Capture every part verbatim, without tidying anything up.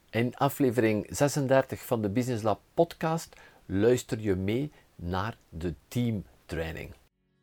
In aflevering zesendertig van de Business Lab podcast luister je mee naar de teamtraining.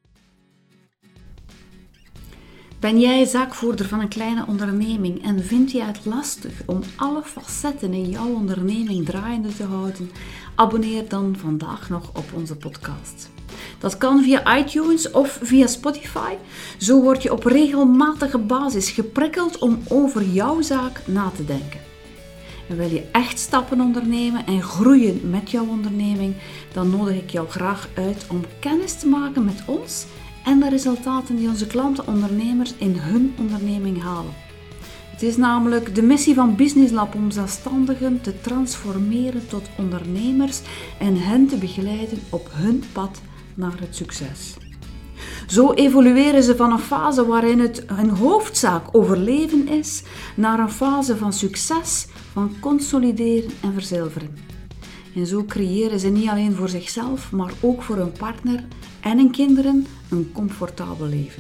Ben jij zaakvoerder van een kleine onderneming en vind je het lastig om alle facetten in jouw onderneming draaiende te houden? Abonneer dan vandaag nog op onze podcast. Dat kan via iTunes of via Spotify. Zo word je op regelmatige basis geprikkeld om over jouw zaak na te denken. En wil je echt stappen ondernemen en groeien met jouw onderneming, dan nodig ik jou graag uit om kennis te maken met ons en de resultaten die onze klanten ondernemers in hun onderneming halen. Het is namelijk de missie van Business Lab om zelfstandigen te transformeren tot ondernemers en hen te begeleiden op hun pad naar het succes. Zo evolueren ze van een fase waarin het hun hoofdzaak overleven is, naar een fase van succes, van consolideren en verzilveren. En zo creëren ze niet alleen voor zichzelf, maar ook voor hun partner en hun kinderen een comfortabel leven.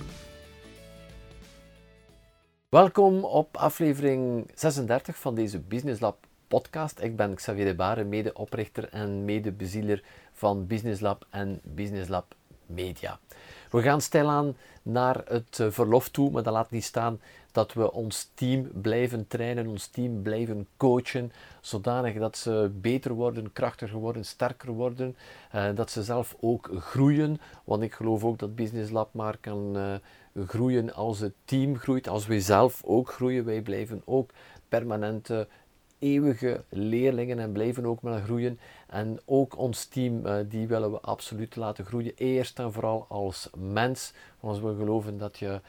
Welkom op aflevering zesendertig van deze Business Lab podcast. Ik ben Xavier de Bare, medeoprichter en medebezieler van Business Lab en Business Lab Media. We gaan stilaan naar het verlof toe, maar dat laat niet staan dat we ons team blijven trainen, ons team blijven coachen, zodanig dat ze beter worden, krachtiger worden, sterker worden, uh, dat ze zelf ook groeien, want ik geloof ook dat Business Lab maar kan uh, groeien als het team groeit, als wij zelf ook groeien. Wij blijven ook permanente, eeuwige leerlingen en blijven ook maar groeien. En ook ons team, uh, die willen we absoluut laten groeien. Eerst en vooral als mens, want we geloven dat je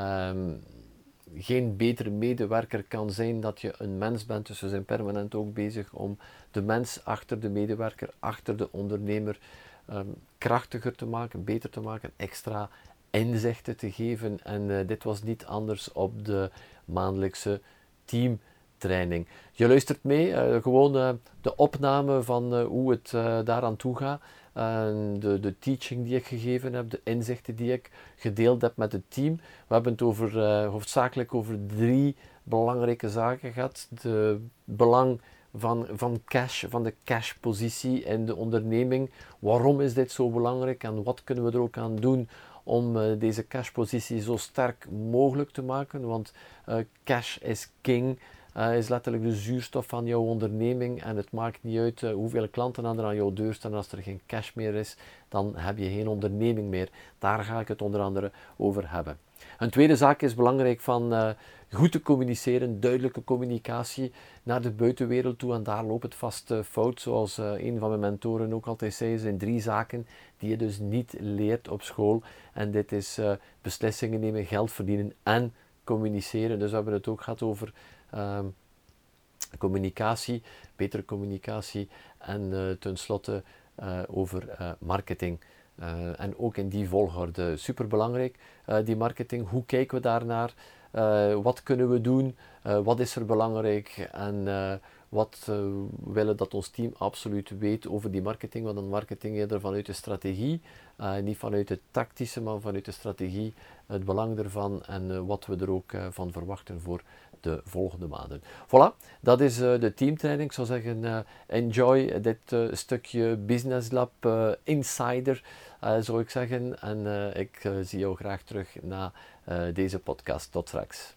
um, geen betere medewerker kan zijn dat je een mens bent. Dus we zijn permanent ook bezig om de mens achter de medewerker, achter de ondernemer um, krachtiger te maken, beter te maken, extra inzichten te geven. En uh, dit was niet anders op de maandelijkse teamtraining. Je luistert mee, uh, gewoon uh, de opname van uh, hoe het uh, daaraan toe gaat. Uh, de, de teaching die ik gegeven heb, de inzichten die ik gedeeld heb met het team. We hebben het over, uh, hoofdzakelijk over drie belangrijke zaken gehad. De belang van, van cash, van de cashpositie in de onderneming. Waarom is dit zo belangrijk en wat kunnen we er ook aan doen om uh, deze cashpositie zo sterk mogelijk te maken? Want uh, cash is king. Uh, is letterlijk de zuurstof van jouw onderneming en het maakt niet uit uh, hoeveel klanten er aan jouw deur staan. Als er geen cash meer is, dan heb je geen onderneming meer. Daar ga ik het onder andere over hebben. Een tweede zaak is belangrijk van uh, goed te communiceren, duidelijke communicatie naar de buitenwereld toe. En daar loopt het vast uh, fout, zoals uh, een van mijn mentoren ook altijd zei. Er zijn drie zaken die je dus niet leert op school. En dit is uh, beslissingen nemen, geld verdienen en communiceren. Dus we hebben het ook gehad over Uh, communicatie, betere communicatie en uh, tenslotte uh, over uh, marketing. Uh, en ook in die volgorde, superbelangrijk, uh, die marketing. Hoe kijken we daarnaar? Uh, wat kunnen we doen? Uh, wat is er belangrijk? En uh, wat uh, willen dat ons team absoluut weet over die marketing? Want een marketing eerder vanuit de strategie, uh, niet vanuit het tactische, maar vanuit de strategie, het belang ervan en uh, wat we er ook uh, van verwachten voor de volgende maanden. Voilà, dat is uh, de teamtraining. Ik zou zeggen, uh, enjoy dit uh, stukje Business Lab uh, Insider, uh, zou ik zeggen. En uh, ik uh, zie jou graag terug na uh, deze podcast. Tot straks.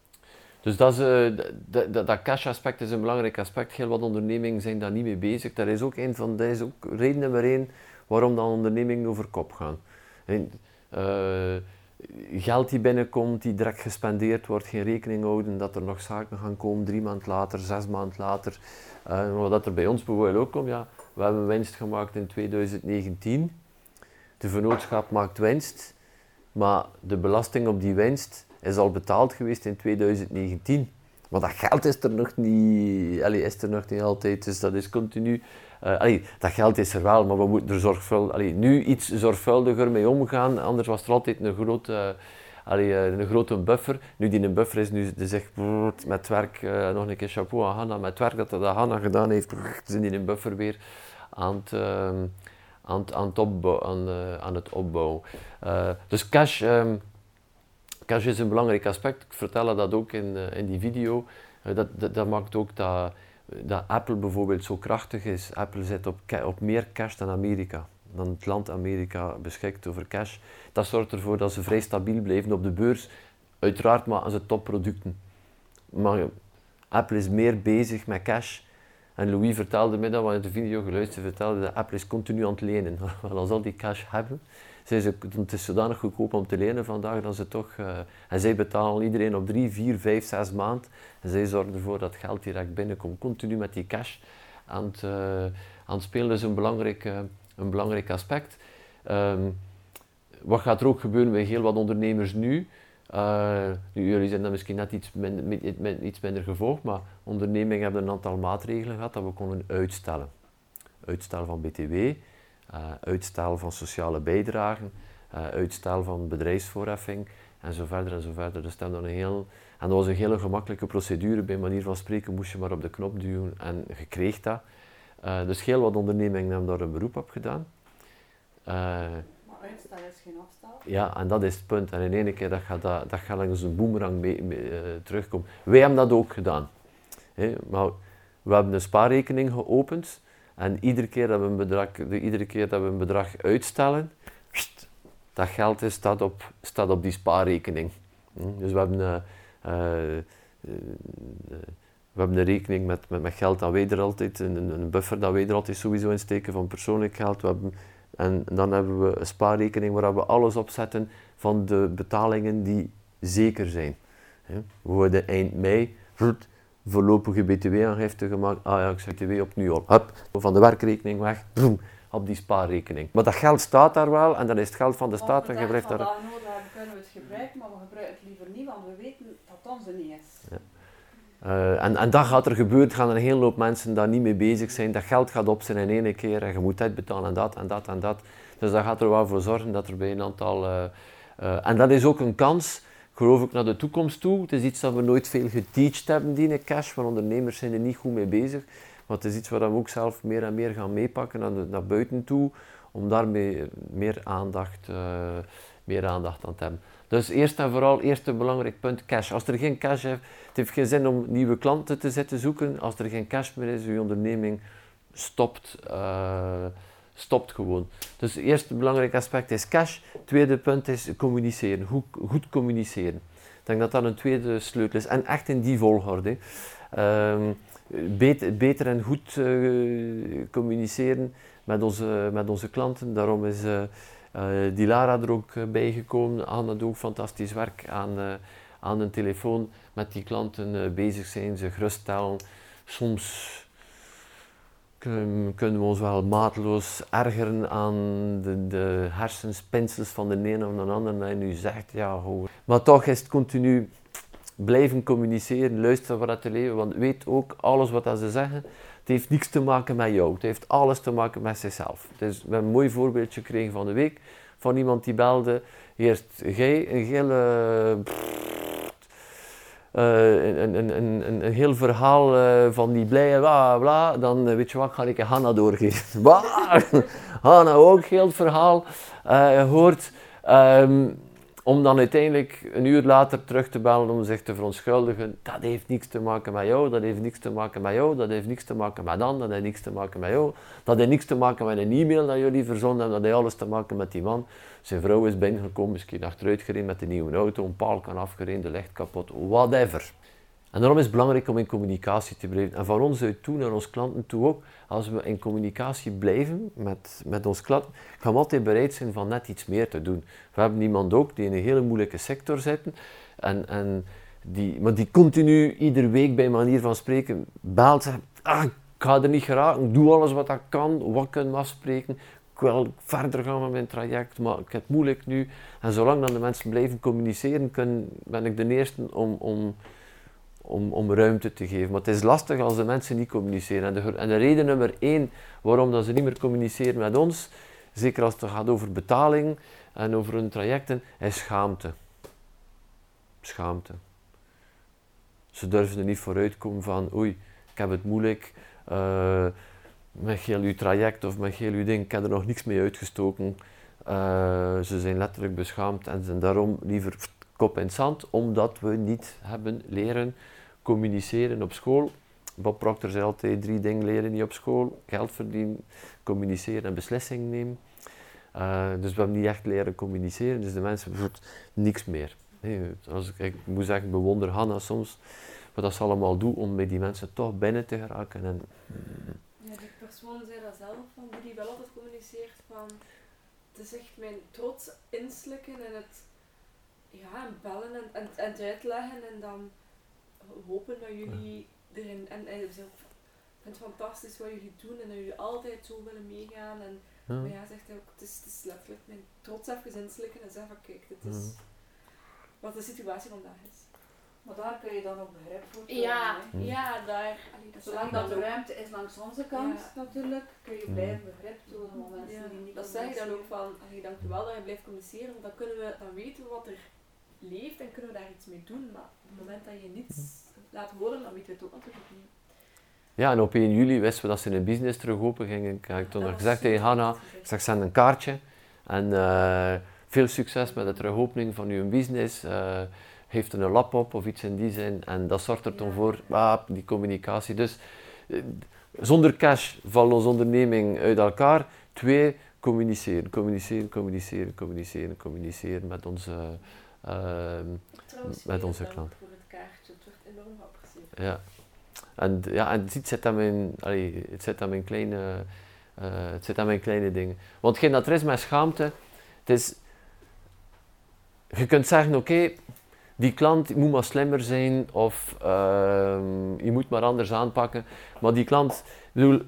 Dus dat, is, uh, d- d- dat cash aspect is een belangrijk aspect. Heel wat ondernemingen zijn daar niet mee bezig. Dat is ook, een van, dat is ook reden nummer één waarom dan ondernemingen over kop gaan. En, uh, geld die binnenkomt, die direct gespendeerd wordt, geen rekening houden dat er nog zaken gaan komen, drie maanden later, zes maanden later. Uh, wat er bij ons bijvoorbeeld ook komt, ja, we hebben winst gemaakt in twintig negentien. De vennootschap maakt winst, maar de belasting op die winst is al betaald geweest in twintig negentien. Maar dat geld is er nog niet, allee, is er nog niet altijd, dus dat is continu. Uh, allee, dat geld is er wel, maar we moeten er zorgvuldig, allee, nu iets zorgvuldiger mee omgaan. Anders was er altijd een grote, uh, allee, uh, een grote buffer. Nu die een buffer is, nu de zegt met werk, uh, nog een keer chapeau aan Hanna, met werk dat, dat Hanna gedaan heeft, zijn die een buffer weer aan het, uh, aan het, aan het, opbouw, aan, uh, aan het opbouwen. Uh, dus cash, um, cash is een belangrijk aspect. Ik vertel dat ook in, uh, in die video. Uh, dat, dat, dat maakt ook dat dat Apple bijvoorbeeld zo krachtig is. Apple zit op, op meer cash dan Amerika. Dan het land Amerika beschikt over cash. Dat zorgt ervoor dat ze vrij stabiel blijven op de beurs. Uiteraard maken ze topproducten. Maar Apple is meer bezig met cash. En Louis vertelde mij dat, want in de video geluisterd vertelde dat Apple is continu aan het lenen. Want als al die cash hebben, zijn ze, het is zodanig goedkoop om te lenen vandaag dat ze toch... Uh, en zij betalen iedereen op drie, vier, vijf, zes maanden. En zij zorgen ervoor dat geld direct binnenkomt. Continu met die cash aan het, uh, aan het spelen is een belangrijk, uh, een belangrijk aspect. Um, wat gaat er ook gebeuren bij heel wat ondernemers nu? Uh, nu, jullie zijn dat misschien net iets, min, min, min, iets minder gevolgd, maar ondernemingen hebben een aantal maatregelen gehad dat we konden uitstellen. Uitstel van B T W, uh, uitstel van sociale bijdragen, uh, uitstel van bedrijfsvoorheffing en zo verder en zo verder. Dus dat, een heel, en dat was een hele gemakkelijke procedure, bij manier van spreken moest je maar op de knop duwen en je kreeg dat. Uh, dus heel wat ondernemingen hebben daar een beroep op gedaan. Uh, Uitstel is geen afstel. Ja, en dat is het punt. En in één keer dat gaat, dat, dat gaat langs een boemerang mee, mee, uh, terugkomen. Wij hebben dat ook gedaan. He, maar we hebben een spaarrekening geopend en iedere keer dat we een bedrag, de, iedere keer dat we een bedrag uitstellen, dat geld is, staat, op, staat op die spaarrekening. Hm? Dus we hebben, uh, uh, uh, we hebben een rekening met, met, met geld dat wij er altijd, een, een buffer dat wij er altijd sowieso in steken van persoonlijk geld. We hebben, En dan hebben we een spaarrekening waar we alles op zetten van de betalingen die zeker zijn. We worden eind mei voorlopige B T W-aangifte gemaakt. Ah ja, ik zeg B T W opnieuw op. Hup, van de werkrekening weg, boom, op die spaarrekening. Maar dat geld staat daar wel en dan is het geld van de staat en je blijft daar... Als we dat nodig hebben, kunnen we het gebruiken, maar we gebruiken het liever niet, want we weten dat het onze niet is. Ja. Uh, en, en dat gaat er gebeuren, gaan een hele hoop mensen daar niet mee bezig zijn. Dat geld gaat op zijn in één keer en je moet uitbetalen en dat en dat en dat. Dus dat gaat er wel voor zorgen dat er bij een aantal... Uh, uh, en dat is ook een kans, geloof ik, naar de toekomst toe. Het is iets dat we nooit veel geteacht hebben, die cash, want ondernemers zijn er niet goed mee bezig. Maar het is iets waar we ook zelf meer en meer gaan meepakken naar, de, naar buiten toe, om daarmee meer aandacht, uh, meer aandacht aan te hebben. Dus eerst en vooral, eerst een belangrijk punt, cash. Als er geen cash is, het heeft geen zin om nieuwe klanten te zitten zoeken. Als er geen cash meer is, je onderneming stopt, uh, stopt gewoon. Dus het eerste belangrijk aspect is cash. Het tweede punt is communiceren, goed, goed communiceren. Ik denk dat dat een tweede sleutel is. En echt in die volgorde. Um, beter, beter en goed uh, communiceren met onze, met onze klanten. Daarom is... Uh, Uh, die Lara er ook uh, bij gekomen. Anna doet ook fantastisch werk aan, uh, aan een telefoon met die klanten uh, bezig zijn, ze geruststellen. Soms kun, kunnen we ons wel maatloos ergeren aan de, de hersenspinsels van de ene of de ander. En nu zegt, ja, hoor. Maar toch is het continu blijven communiceren, luisteren wat te leven, want weet ook, alles wat ze zeggen, het heeft niks te maken met jou, het heeft alles te maken met zichzelf. Dus we hebben een mooi voorbeeldje gekregen van de week, van iemand die belde, eerst jij, een hele... Uh, een, een, een, een, een heel verhaal uh, van die blije bla bla, dan uh, weet je wat, ga ik Hanna doorgeven. Hanna ook heel het verhaal uh, hoort. Um, Om dan uiteindelijk een uur later terug te bellen om zich te verontschuldigen. Dat heeft niks te maken met jou, dat heeft niks te maken met jou, dat heeft niks te maken met dan, dat heeft niks te maken met jou. Dat heeft niks te maken met een e-mail dat jullie verzonden hebben, dat heeft alles te maken met die man. Zijn vrouw is binnengekomen, misschien achteruit gereden met een nieuwe auto, een paal kan afgereden, de licht kapot, whatever. En daarom is het belangrijk om in communicatie te blijven. En van ons uit toe, naar onze klanten toe ook, als we in communicatie blijven met, met onze klanten, gaan we altijd bereid zijn van net iets meer te doen. We hebben iemand ook die in een hele moeilijke sector zit, en, en die, maar die continu, iedere week bij manier van spreken, belt, zegt, ah, ik ga er niet geraken, ik doe alles wat ik kan, wat kunnen we afspreken, ik wil verder gaan met mijn traject, maar ik heb het moeilijk nu. En zolang dan de mensen blijven communiceren, kunnen, ben ik de eerste om... om Om, om ruimte te geven. Maar het is lastig als de mensen niet communiceren. En de, en de reden nummer één waarom dat ze niet meer communiceren met ons, zeker als het gaat over betaling en over hun trajecten, is schaamte. Schaamte. Ze durven er niet vooruit komen van, oei, ik heb het moeilijk, uh, met heel uw traject of met heel uw ding, ik heb er nog niks mee uitgestoken. Uh, ze zijn letterlijk beschaamd en zijn daarom liever kop in het zand, omdat we niet hebben leren communiceren op school Bob Proctor zei altijd drie dingen leren niet op school. Geld verdienen, communiceren en beslissingen nemen. Uh, dus we hebben niet echt leren communiceren, dus de mensen bijvoorbeeld niks meer. Nee, als ik, ik moet zeggen, bewonder Hanna soms, wat dat ze allemaal doet om met die mensen toch binnen te geraken. En, ja, die persoon zei dat zelf, van die wel altijd communiceert van, het is echt mijn trots inslikken en het, ja, en bellen en, en, en het uitleggen en dan hopen dat jullie ja. erin, en, en ik vind het fantastisch wat jullie doen en dat jullie altijd zo willen meegaan. En, ja. Maar ja, zegt hij ook, het is, het is letterlijk mijn trots even inslikken en zeggen van kijk, dit is ja. wat de situatie vandaag is. Maar daar kun je dan ook begrip voor tonen. Ja, mm. ja, daar. Allee, dat zolang dat de ruimte is langs onze kant ja. natuurlijk, kun je blijven begrip tonen van mensen ja. die niet dat zeg ik dan ook van, allee, dankjewel dat je blijft communiceren, want dan kunnen we, dan weten we wat er leeft en kunnen we daar iets mee doen. Maar op het moment dat je niets laat horen, dan weten we het ook natuurlijk niet. Ja, en op één juli wisten we dat ze een business terug open gingen. Ik heb toen nog gezegd tegen Hanna, ik zeg, zend een kaartje. En uh, veel succes met de terugopening van uw business. Uh, heeft een laptop of iets in die zin. En dat zorgt er toen ja. voor, ah, die communicatie. Dus uh, zonder cash valt onze onderneming uit elkaar. Twee, communiceren, communiceren, communiceren, communiceren, communiceren met onze, uh, met onze klant. Voor het kaartje, het wordt enorm geapprecieerd. Ja. En, ja, en het zit aan mijn, allee, het zit aan mijn kleine, uh, het zit aan mijn kleine dingen. Want geen dat er is met schaamte, het is, je kunt zeggen, oké, okay, die klant moet maar slimmer zijn of uh, je moet maar anders aanpakken. Maar die klant, ik bedoel,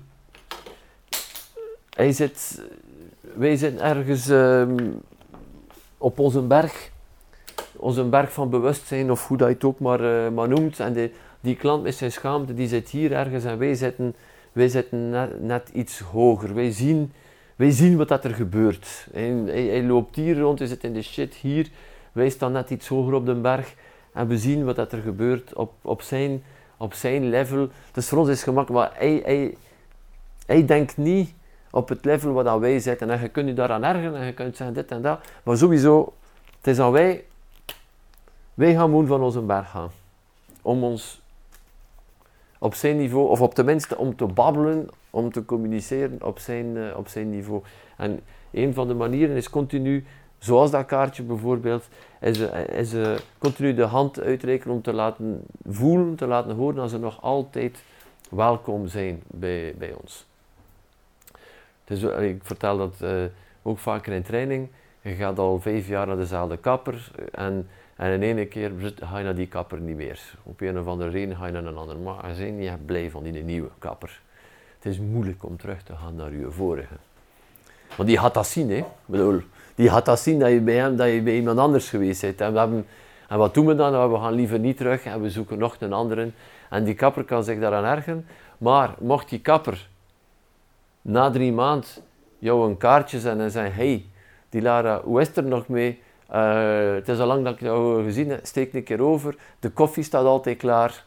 hij zit, wij zitten ergens um, op onze berg, onze berg van bewustzijn of hoe dat je het ook maar, uh, maar noemt. En de, die klant met zijn schaamte, die zit hier ergens en wij zitten, wij zitten net, net iets hoger. Wij zien, wij zien wat dat er gebeurt. Hij, hij, hij loopt hier rond, hij zit in de shit hier. Wij staan net iets hoger op de berg en we zien wat dat er gebeurt op, op, zijn, op zijn level. Dus voor ons is het gemakkelijk, maar hij, hij, hij denkt niet op het level waar dat wij zitten. En je kunt je daaraan ergeren en je kunt zeggen dit en dat. Maar sowieso, het is aan wij, wij gaan moeten van onze berg gaan. Om ons op zijn niveau, of op tenminste om te babbelen, om te communiceren op zijn, uh, op zijn niveau. En een van de manieren is continu, zoals dat kaartje bijvoorbeeld, is, uh, is uh, continu de hand uitreiken om te laten voelen, te laten horen dat ze nog altijd welkom zijn bij, bij ons. Dus, uh, ik vertel dat uh, ook vaker in training. Je gaat al vijf jaar naar dezelfde kapper en En in ene keer ga je naar die kapper niet meer. Op een of andere reden ga je naar een ander magazijn en je bent blij van die nieuwe kapper. Het is moeilijk om terug te gaan naar je vorige. Want die had dat zien, hè. Ik bedoel, die had dat zien dat je bij hem, dat je bij iemand anders geweest bent. En, we hebben, en wat doen we dan? We gaan liever niet terug en we zoeken nog een andere. En die kapper kan zich daaraan ergeren. Maar mocht die kapper na drie maanden jou een kaartje zenden en zeggen, hey, die Lara, hoe is het er nog mee? Uh, het is al lang dat ik jou gezien heb, steek een keer over. De koffie staat altijd klaar.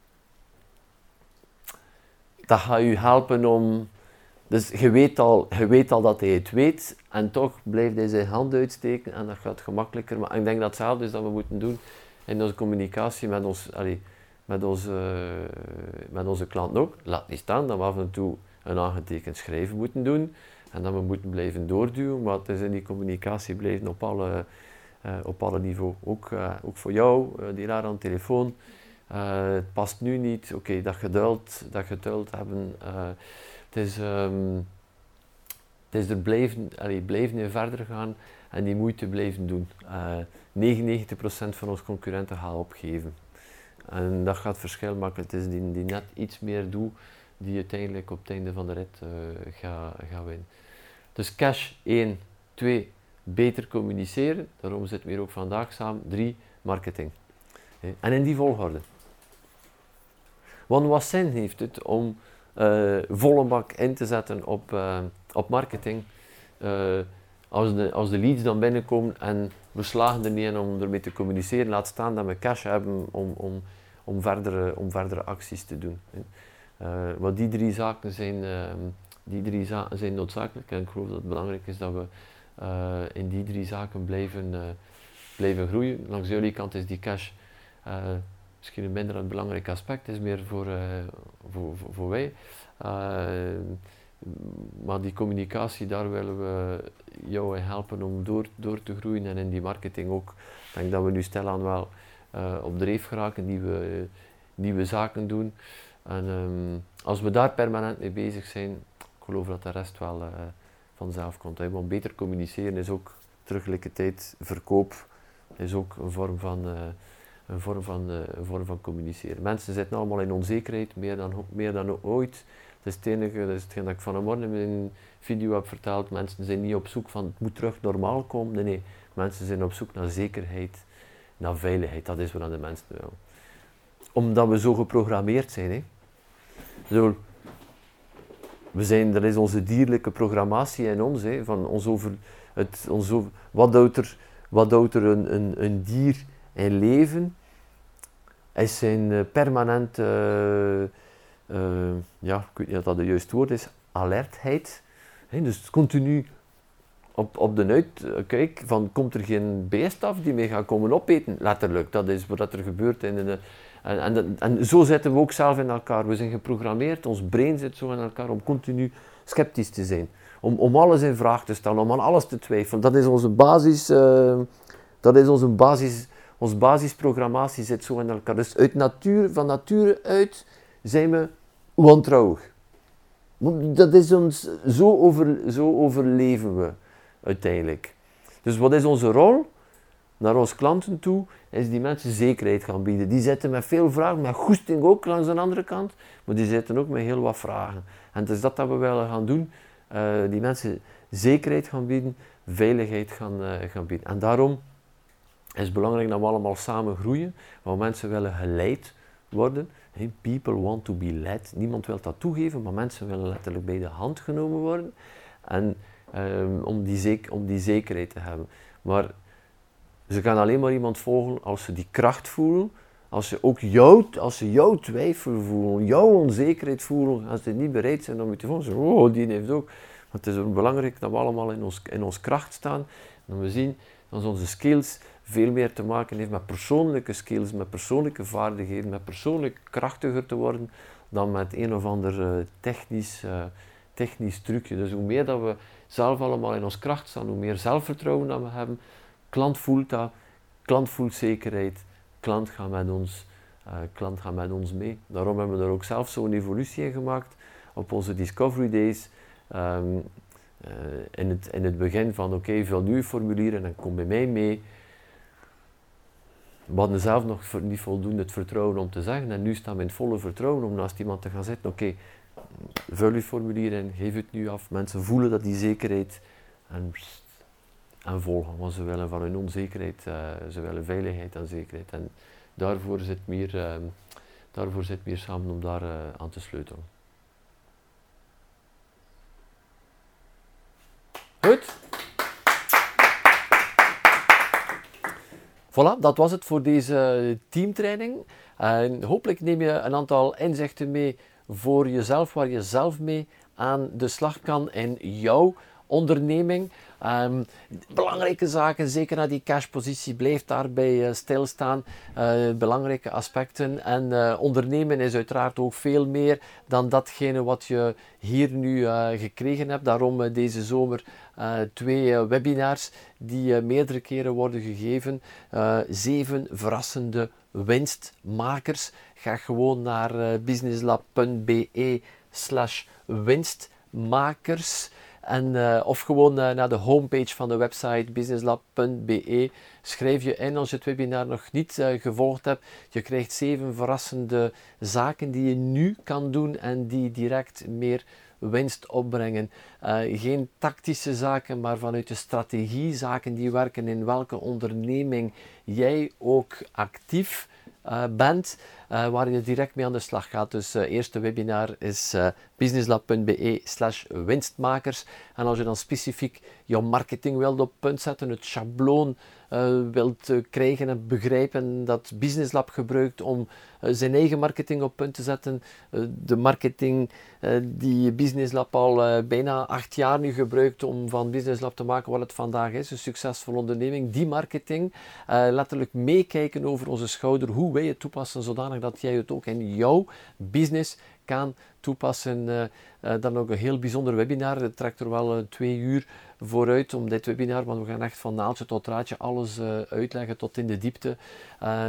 Dat gaat u helpen om... Dus je weet, al, je weet al dat hij het weet en toch blijft hij zijn hand uitsteken en dat gaat gemakkelijker. Maar ik denk dat hetzelfde is dat we moeten doen in onze communicatie met, ons, allee, met, onze, met onze klanten ook. Laat niet staan dat we af en toe een aangetekend schrijven moeten doen en dat we moeten blijven doorduwen, maar het is in die communicatie blijven op alle... Uh, op alle niveaus. Ook, uh, ook voor jou, uh, die raar aan de telefoon. Uh, het past nu niet. Oké, okay, dat geduld, dat geduld hebben. Uh, het, is, um, het is er blijven, allee, blijven in verder gaan en die moeite blijven doen. Uh, negenennegentig procent van onze concurrenten gaan opgeven. En dat gaat verschil maken. Het is die, die net iets meer doet, die uiteindelijk op het einde van de rit uh, gaat ga winnen. Dus cash, één, twee, beter communiceren, daarom zitten we hier ook vandaag samen. Drie, marketing. En in die volgorde. Want wat zin heeft het om uh, volle bak in te zetten op, uh, op marketing, uh, als, de, als de leads dan binnenkomen en we slagen er niet in om ermee te communiceren, laat staan dat we cash hebben om, om, om, verdere, om verdere acties te doen. Uh, want die drie zaken zijn, uh, die drie zaken zijn noodzakelijk en ik geloof dat het belangrijk is dat we Uh, in die drie zaken blijven, uh, blijven groeien. Langs jullie kant is die cash uh, misschien een minder belangrijk aspect, is meer voor, uh, voor, voor, voor wij. Uh, maar die communicatie, daar willen we jou in helpen om door, door te groeien en in die marketing ook. Ik denk dat we nu stilaan wel uh, op dreef geraken, nieuwe, uh, nieuwe zaken doen. En um, als we daar permanent mee bezig zijn, ik geloof dat de rest wel uh, vanzelf komt. Hè. Want beter communiceren is ook tegelijkertijd verkoop, is ook een vorm van, uh, een vorm van, uh, een vorm van communiceren. Mensen zitten allemaal in onzekerheid, meer dan, meer dan ooit. Dat is het enige, dat is hetgeen dat ik vanmorgen in mijn video heb verteld. Mensen zijn niet op zoek van het moet terug normaal komen. Nee, nee. Mensen zijn op zoek naar zekerheid, naar veiligheid. Dat is wat de mensen willen. Omdat we zo geprogrammeerd zijn. Hè. Zo, we zijn, er is onze dierlijke programmatie in ons. Hè, van ons over het, ons over, wat houdt er, wat houdt er een, een, een dier in leven? Is zijn uh, permanent... Uh, Uh, ja, ik weet niet of dat de juiste woord is, alertheid. He, dus continu op, op de uitkijk van, komt er geen beest af die mij gaat komen opeten? Letterlijk, dat is wat er gebeurt. In de, en, en, en zo zitten we ook zelf in elkaar. We zijn geprogrammeerd, ons brein zit zo in elkaar om continu sceptisch te zijn. Om, om alles in vraag te stellen, om aan alles te twijfelen. Dat is onze basis, uh, dat is onze basis, onze basisprogrammatie zit zo in elkaar. Dus uit natuur, van nature uit zijn we wantrouwig. Dat is ons, zo, over, zo overleven we uiteindelijk. Dus wat is onze rol? Naar onze klanten toe, is die mensen zekerheid gaan bieden. Die zitten met veel vragen, met goesting ook langs de andere kant, maar die zitten ook met heel wat vragen. En het is dat dat we willen gaan doen, uh, die mensen zekerheid gaan bieden, veiligheid gaan, uh, gaan bieden. En daarom is het belangrijk dat we allemaal samen groeien, want mensen willen geleid worden. Hey, people want to be led. Niemand wil dat toegeven, maar mensen willen letterlijk bij de hand genomen worden. En um, om, die zeek, om die zekerheid te hebben. Maar ze gaan alleen maar iemand volgen als ze die kracht voelen. Als ze ook jou, als ze jouw twijfel voelen, jouw onzekerheid voelen. Als ze niet bereid zijn om je te volgen. Zo, oh, die heeft ook. Want het is ook belangrijk dat we allemaal in ons, in ons kracht staan. En we zien dat onze skills veel meer te maken heeft met persoonlijke skills, met persoonlijke vaardigheden, met persoonlijk krachtiger te worden dan met een of ander uh, technisch, uh, technisch trucje. Dus hoe meer dat we zelf allemaal in ons kracht staan, hoe meer zelfvertrouwen dat we hebben, klant voelt dat, klant voelt zekerheid, klant gaat met ons, uh, klant gaat met ons mee. Daarom hebben we er ook zelf zo'n evolutie in gemaakt op onze Discovery Days. Um, uh, in, het, in het begin van oké, okay, vul nu je formulier en kom bij mij mee. We hadden zelf nog niet voldoende het vertrouwen om te zeggen en nu staan we in het volle vertrouwen om naast iemand te gaan zitten. Oké, okay, vul je formulier in, geef het nu af. Mensen voelen dat die zekerheid en, pst, en volgen, want ze willen van hun onzekerheid, uh, ze willen veiligheid en zekerheid. En daarvoor zit meer, uh, daarvoor zit meer samen om daar uh, aan te sleutelen. Goed? Voilà, dat was het voor deze teamtraining. Uh, hopelijk neem je een aantal inzichten mee voor jezelf, waar je zelf mee aan de slag kan in jouw onderneming. Um, belangrijke zaken, zeker naar die cashpositie, blijf daarbij uh, stilstaan. Uh, belangrijke aspecten. En uh, ondernemen is uiteraard ook veel meer dan datgene wat je hier nu uh, gekregen hebt. Daarom uh, deze zomer uh, twee uh, webinars die uh, meerdere keren worden gegeven. Uh, zeven verrassende winstmakers. Ga gewoon naar uh, businesslab.be slash winstmakers. En, uh, of gewoon uh, naar de homepage van de website businesslab punt be. Schrijf je in als je het webinar nog niet uh, gevolgd hebt. Je krijgt zeven verrassende zaken die je nu kan doen en die direct meer winst opbrengen. Uh, geen tactische zaken, maar vanuit de strategie zaken die werken in welke onderneming jij ook actief Uh, bent. uh, waar je direct mee aan de slag gaat. Dus het uh, eerste webinar is uh, businesslab.be slash winstmakers. En als je dan specifiek jouw marketing wilt op punt zetten, het schabloon uh, wilt uh, krijgen en begrijpen dat Businesslab gebruikt om uh, zijn eigen marketing op punt te zetten. Uh, de marketing uh, die Businesslab al uh, bijna acht jaar nu gebruikt om van Businesslab te maken wat het vandaag is, een succesvolle onderneming. Die marketing, uh, letterlijk meekijken over onze schouder, hoe wij het toepassen zodanig dat jij het ook in jouw business kan toepassen. Uh, uh, dan ook een heel bijzonder webinar. Het trekt er wel uh, twee uur vooruit om dit webinar, want we gaan echt van naaldje tot draadje alles uh, uitleggen tot in de diepte. Uh,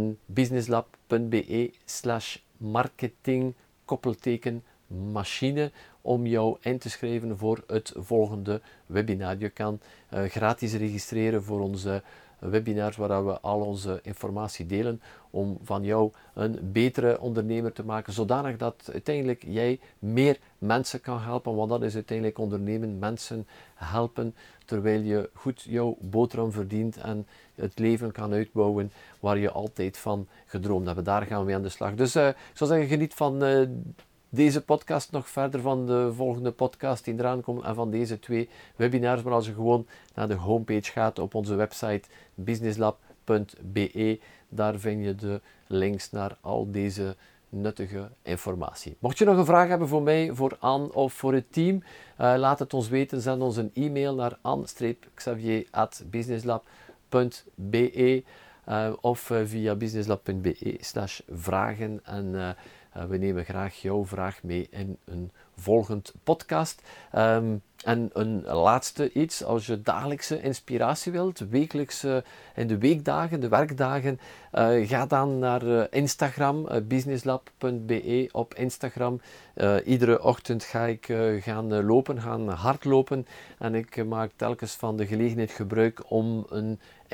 businesslab.be slash marketing koppelteken machine om jou in te schrijven voor het volgende webinar. Je kan uh, gratis registreren voor onze webinars waar we al onze informatie delen om van jou een betere ondernemer te maken, zodanig dat uiteindelijk jij meer mensen kan helpen, want dat is uiteindelijk ondernemen, mensen helpen, terwijl je goed jouw boterham verdient en het leven kan uitbouwen waar je altijd van gedroomd hebt. Daar gaan we aan de slag. Dus uh, ik zou zeggen, geniet van uh, deze podcast nog verder, van de volgende podcast die eraan komt en van deze twee webinars. Maar als je gewoon naar de homepage gaat op onze website businesslab punt be, daar vind je de links naar al deze nuttige informatie. Mocht je nog een vraag hebben voor mij, voor Anne of voor het team, uh, laat het ons weten. Zend ons een e-mail naar anne-xavier at businesslab punt be uh, of uh, via businesslab.be slash vragen en uh, Uh, we nemen graag jouw vraag mee in een volgend podcast. Um, en een laatste iets, als je dagelijkse inspiratie wilt, wekelijks uh, in de weekdagen, de werkdagen, uh, ga dan naar uh, Instagram, uh, businesslab punt be op Instagram. Uh, iedere ochtend ga ik uh, gaan uh, lopen, gaan hardlopen en ik uh, maak telkens van de gelegenheid gebruik om een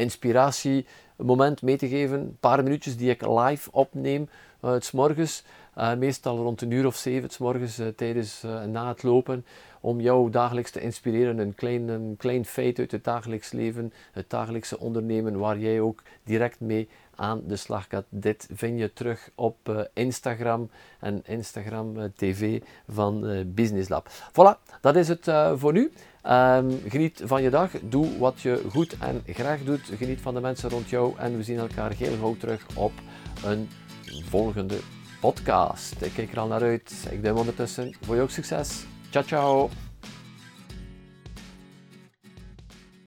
inspiratiemoment mee te geven, een paar minuutjes die ik live opneem, uh, 's morgens. Uh, meestal rond een uur of zeven 's morgens uh, tijdens uh, na het lopen, om jou dagelijks te inspireren. Een klein, een klein feit uit het dagelijks leven, het dagelijkse ondernemen, waar jij ook direct mee aan de slag gaat. Dit vind je terug op uh, Instagram en Instagram uh, T V van uh, Businesslab. Voilà, dat is het uh, voor nu. Um, geniet van je dag, doe wat je goed en graag doet. Geniet van de mensen rond jou en we zien elkaar heel gauw terug op een volgende podcast. Ik kijk er al naar uit. Ik duim ondertussen. Voor jou ook succes. Ciao, ciao.